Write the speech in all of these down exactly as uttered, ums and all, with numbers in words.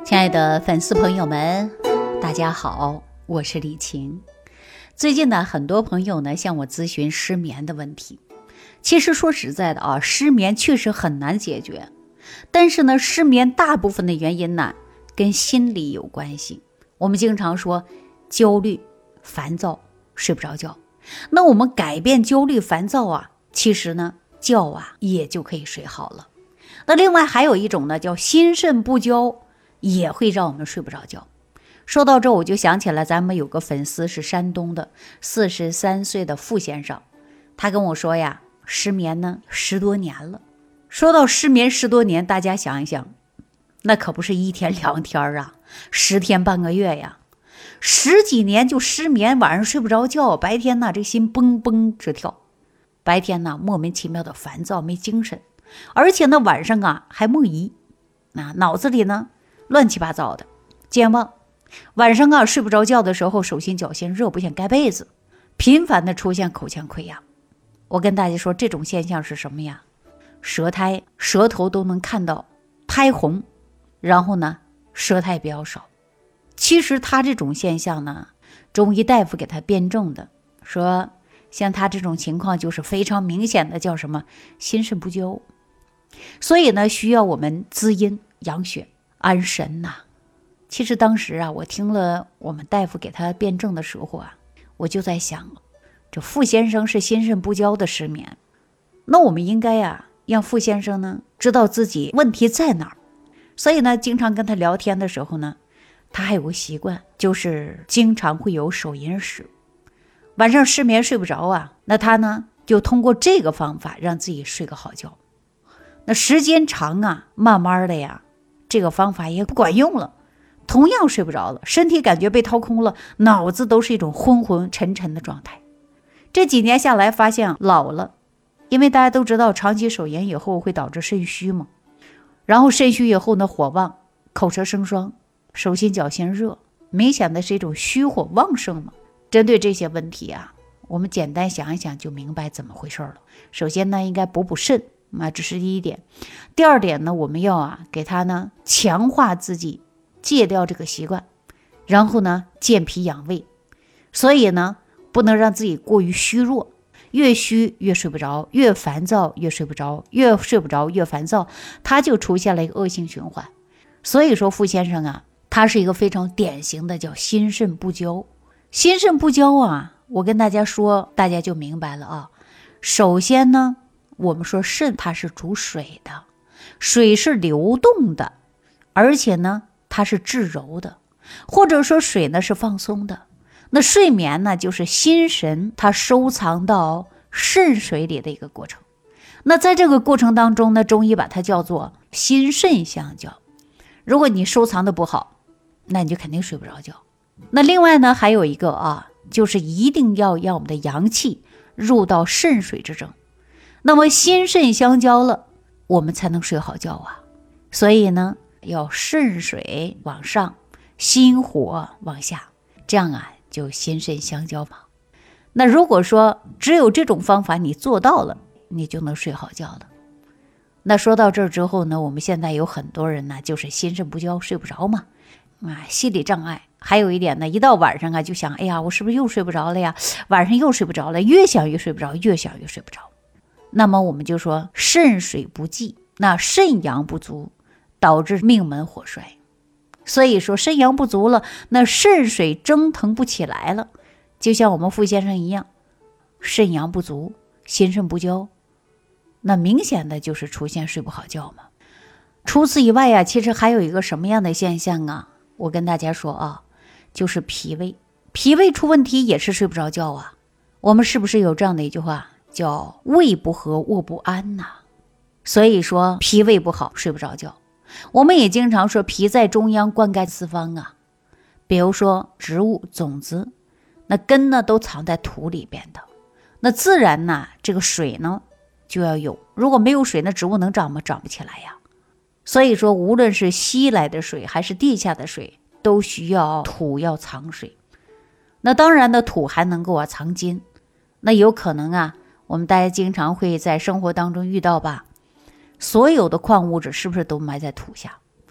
亲爱的粉丝朋友们，大家好，我是李晴。最近呢，很多朋友呢向我咨询失眠的问题。其实说实在的啊，失眠确实很难解决。但是呢，失眠大部分的原因呢，跟心理有关系。我们经常说焦虑、烦躁，睡不着觉。那我们改变焦虑、烦躁啊，其实呢，觉啊也就可以睡好了。那另外还有一种呢，叫心肾不交，也会让我们睡不着觉。说到这，我就想起来咱们有个粉丝是山东的四十三岁的傅先生，他跟我说呀，失眠呢十多年了。说到失眠十多年，大家想一想，那可不是一天两天啊，十天半个月呀，十几年就失眠，晚上睡不着觉，白天呢这心蹦蹦直跳，白天呢莫名其妙的烦躁没精神，而且呢晚上啊还梦遗，啊脑子里呢乱七八糟的，健忘。晚上啊睡不着觉的时候，手心脚心热，不想盖被子，频繁的出现口腔溃疡。我跟大家说，这种现象是什么呀？舌苔舌头都能看到苔红，然后呢舌苔比较少。其实他这种现象呢，中医大夫给他辩证的，说像他这种情况就是非常明显的叫什么心肾不交，所以呢需要我们滋阴养血安神呐、啊。其实当时啊，我听了我们大夫给他辩证的时候啊，我就在想，这傅先生是心肾不交的失眠，那我们应该呀、啊、让傅先生呢知道自己问题在哪儿。所以呢，经常跟他聊天的时候呢，他还有个习惯，就是经常会有手淫史。晚上失眠睡不着啊，那他呢就通过这个方法让自己睡个好觉。那时间长啊，慢慢的呀，这个方法也不管用了，同样睡不着了，身体感觉被掏空了，脑子都是一种昏昏沉沉的状态。这几年下来发现老了，因为大家都知道长期手淫以后会导致肾虚嘛，然后肾虚以后呢火旺，口舌生霜，手心脚心热，明显的是一种虚火旺盛嘛。针对这些问题啊，我们简单想一想就明白怎么回事了。首先呢，应该补补肾啊，这是第一点。第二点呢，我们要啊给他呢强化自己戒掉这个习惯，然后呢健脾养胃。所以呢不能让自己过于虚弱，越虚越睡不着，越烦躁越睡不着，越睡不着越烦躁，它就出现了一个恶性循环。所以说傅先生啊，他是一个非常典型的叫心肾不交。心肾不交啊，我跟大家说，大家就明白了啊。首先呢，我们说肾它是主水的，水是流动的，而且呢它是至柔的，或者说水呢是放松的。那睡眠呢就是心神它收藏到肾水里的一个过程。那在这个过程当中呢，中医把它叫做心肾相交。如果你收藏的不好，那你就肯定睡不着觉。那另外呢还有一个啊，就是一定要让我们的阳气入到肾水之中，那么心肾相交了，我们才能睡好觉啊。所以呢要肾水往上，心火往下，这样啊就心肾相交嘛。那如果说只有这种方法你做到了，你就能睡好觉了。那说到这儿之后呢，我们现在有很多人呢就是心肾不交，睡不着嘛，啊，心理障碍。还有一点呢，一到晚上啊就想，哎呀，我是不是又睡不着了呀？晚上又睡不着了，越想越睡不着，越想越睡不着。那么我们就说肾水不济，那肾阳不足，导致命门火衰。所以说肾阳不足了，那肾水蒸腾不起来了，就像我们傅先生一样，肾阳不足，心肾不交，那明显的就是出现睡不好觉嘛。除此以外啊，其实还有一个什么样的现象啊？我跟大家说啊，就是脾胃，脾胃出问题也是睡不着觉啊。我们是不是有这样的一句话，叫胃不和卧不安呐、啊？所以说脾胃不好睡不着觉。我们也经常说脾在中央，灌溉四方啊。比如说植物种子，那根呢都藏在土里边的，那自然呢这个水呢就要有，如果没有水，那植物能长吗？长不起来呀。所以说无论是溪来的水还是地下的水，都需要土要藏水。那当然的，土还能够啊藏金。那有可能啊，我们大家经常会在生活当中遇到吧，所有的矿物质是不是都埋在土下？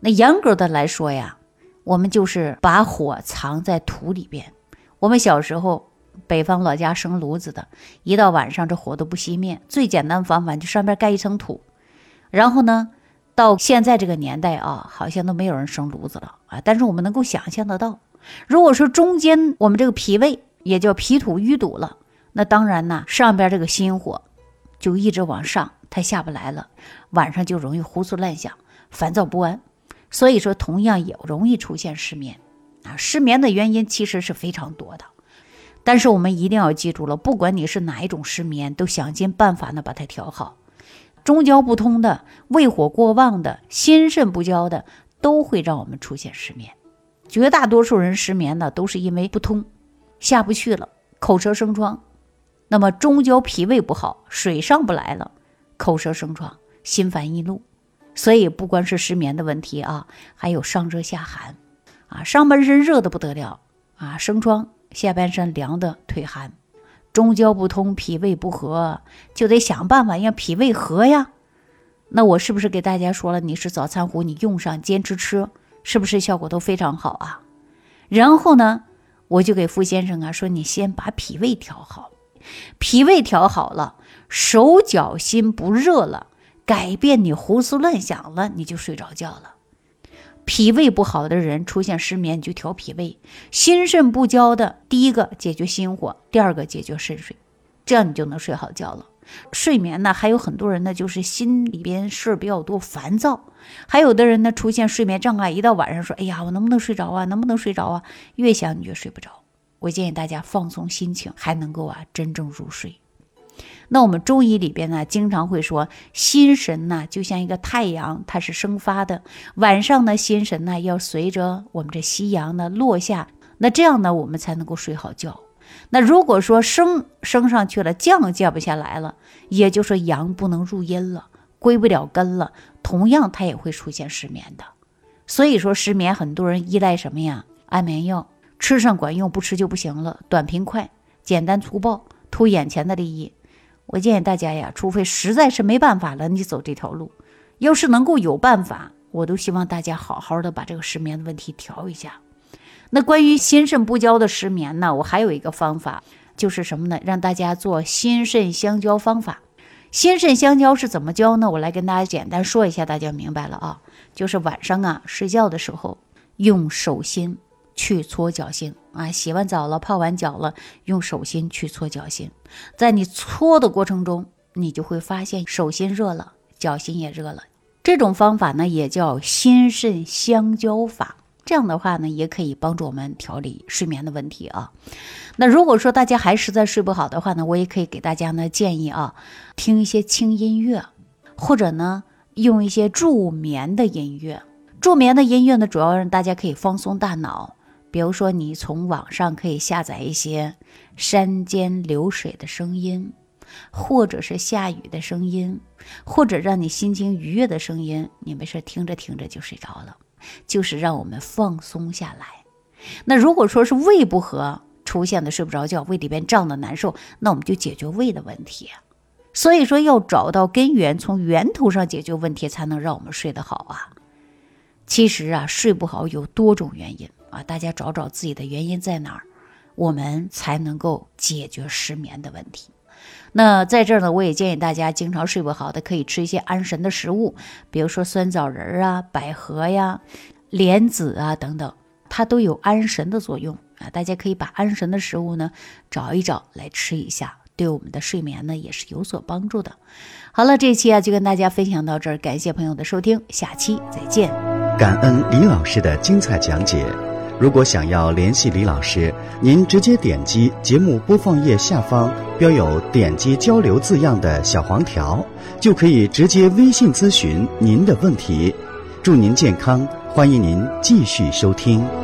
那严格的来说呀，我们就是把火藏在土里边。我们小时候北方老家生炉子的，一到晚上这火都不熄灭，最简单方法就上边盖一层土。然后呢，到现在这个年代啊，好像都没有人生炉子了啊，但是我们能够想象得到，如果说中间我们这个脾胃也叫脾土淤堵了，那当然呢，上边这个心火就一直往上，它下不来了，晚上就容易胡思乱想，烦躁不安。所以说同样也容易出现失眠啊。失眠的原因其实是非常多的，但是我们一定要记住了，不管你是哪一种失眠，都想尽办法呢把它调好。中焦不通的、胃火过旺的、心肾不交的，都会让我们出现失眠。绝大多数人失眠呢，都是因为不通，下不去了，口舌生疮。那么中焦脾胃不好，水上不来了，口舌生疮，心烦易怒。所以不光是失眠的问题啊，还有上热下寒啊，上半身热的不得了啊，生疮，下半身凉的腿寒。中焦不通，脾胃不和，就得想办法让脾胃和呀。那我是不是给大家说了，你是早餐壶，你用上坚持吃，是不是效果都非常好啊？然后呢，我就给傅先生啊说，你先把脾胃调好，脾胃调好了，手脚心不热了，改变你胡思乱想了，你就睡着觉了。脾胃不好的人出现失眠，你就调脾胃。心肾不交的，第一个解决心火，第二个解决肾水，这样你就能睡好觉了。睡眠呢，还有很多人呢就是心里边事比较多，烦躁，还有的人呢出现睡眠障碍，一到晚上说，哎呀，我能不能睡着啊，能不能睡着啊，越想你越睡不着。我建议大家放松心情，还能够啊真正入睡。那我们中医里边呢，经常会说心神呢就像一个太阳，它是生发的，晚上呢心神呢要随着我们这夕阳呢落下，那这样呢我们才能够睡好觉。那如果说升升上去了，降降不下来了，也就是说阳不能入阴了，归不了根了，同样它也会出现失眠的。所以说失眠很多人依赖什么呀？安眠药，吃上管用，不吃就不行了，短平快，简单粗暴，图眼前的利益。我建议大家呀，除非实在是没办法了，你走这条路。要是能够有办法，我都希望大家好好的把这个失眠的问题调一下。那关于心肾不交的失眠呢，我还有一个方法，就是什么呢？让大家做心肾相交方法。心肾相交是怎么交呢？我来跟大家简单说一下，大家明白了啊。就是晚上啊睡觉的时候，用手心去搓脚心啊，洗完澡了，泡完脚了，用手心去搓脚心。在你搓的过程中，你就会发现手心热了，脚心也热了。这种方法呢，也叫心肾相交法。这样的话呢，也可以帮助我们调理睡眠的问题啊。那如果说大家还实在睡不好的话呢，我也可以给大家呢建议啊，听一些轻音乐，或者呢用一些助眠的音乐。助眠的音乐呢，主要让大家可以放松大脑。比如说你从网上可以下载一些山间流水的声音，或者是下雨的声音，或者让你心情愉悦的声音，你没事听着听着就睡着了，就是让我们放松下来。那如果说是胃不和出现的睡不着觉，胃里边胀的难受，那我们就解决胃的问题。所以说要找到根源，从源头上解决问题，才能让我们睡得好啊。其实啊，睡不好有多种原因啊，大家找找自己的原因在哪儿，我们才能够解决失眠的问题。那在这儿呢，我也建议大家经常睡不好的，可以吃一些安神的食物，比如说酸枣仁啊、百合呀、莲子啊等等，它都有安神的作用啊。大家可以把安神的食物呢找一找来吃一下，对我们的睡眠呢也是有所帮助的。好了，这一期啊就跟大家分享到这儿，感谢朋友的收听，下期再见。 感恩李老师的精彩讲解。如果想要联系李老师，您直接点击节目播放页下方标有点击交流字样的小黄条，就可以直接微信咨询您的问题。祝您健康，欢迎您继续收听。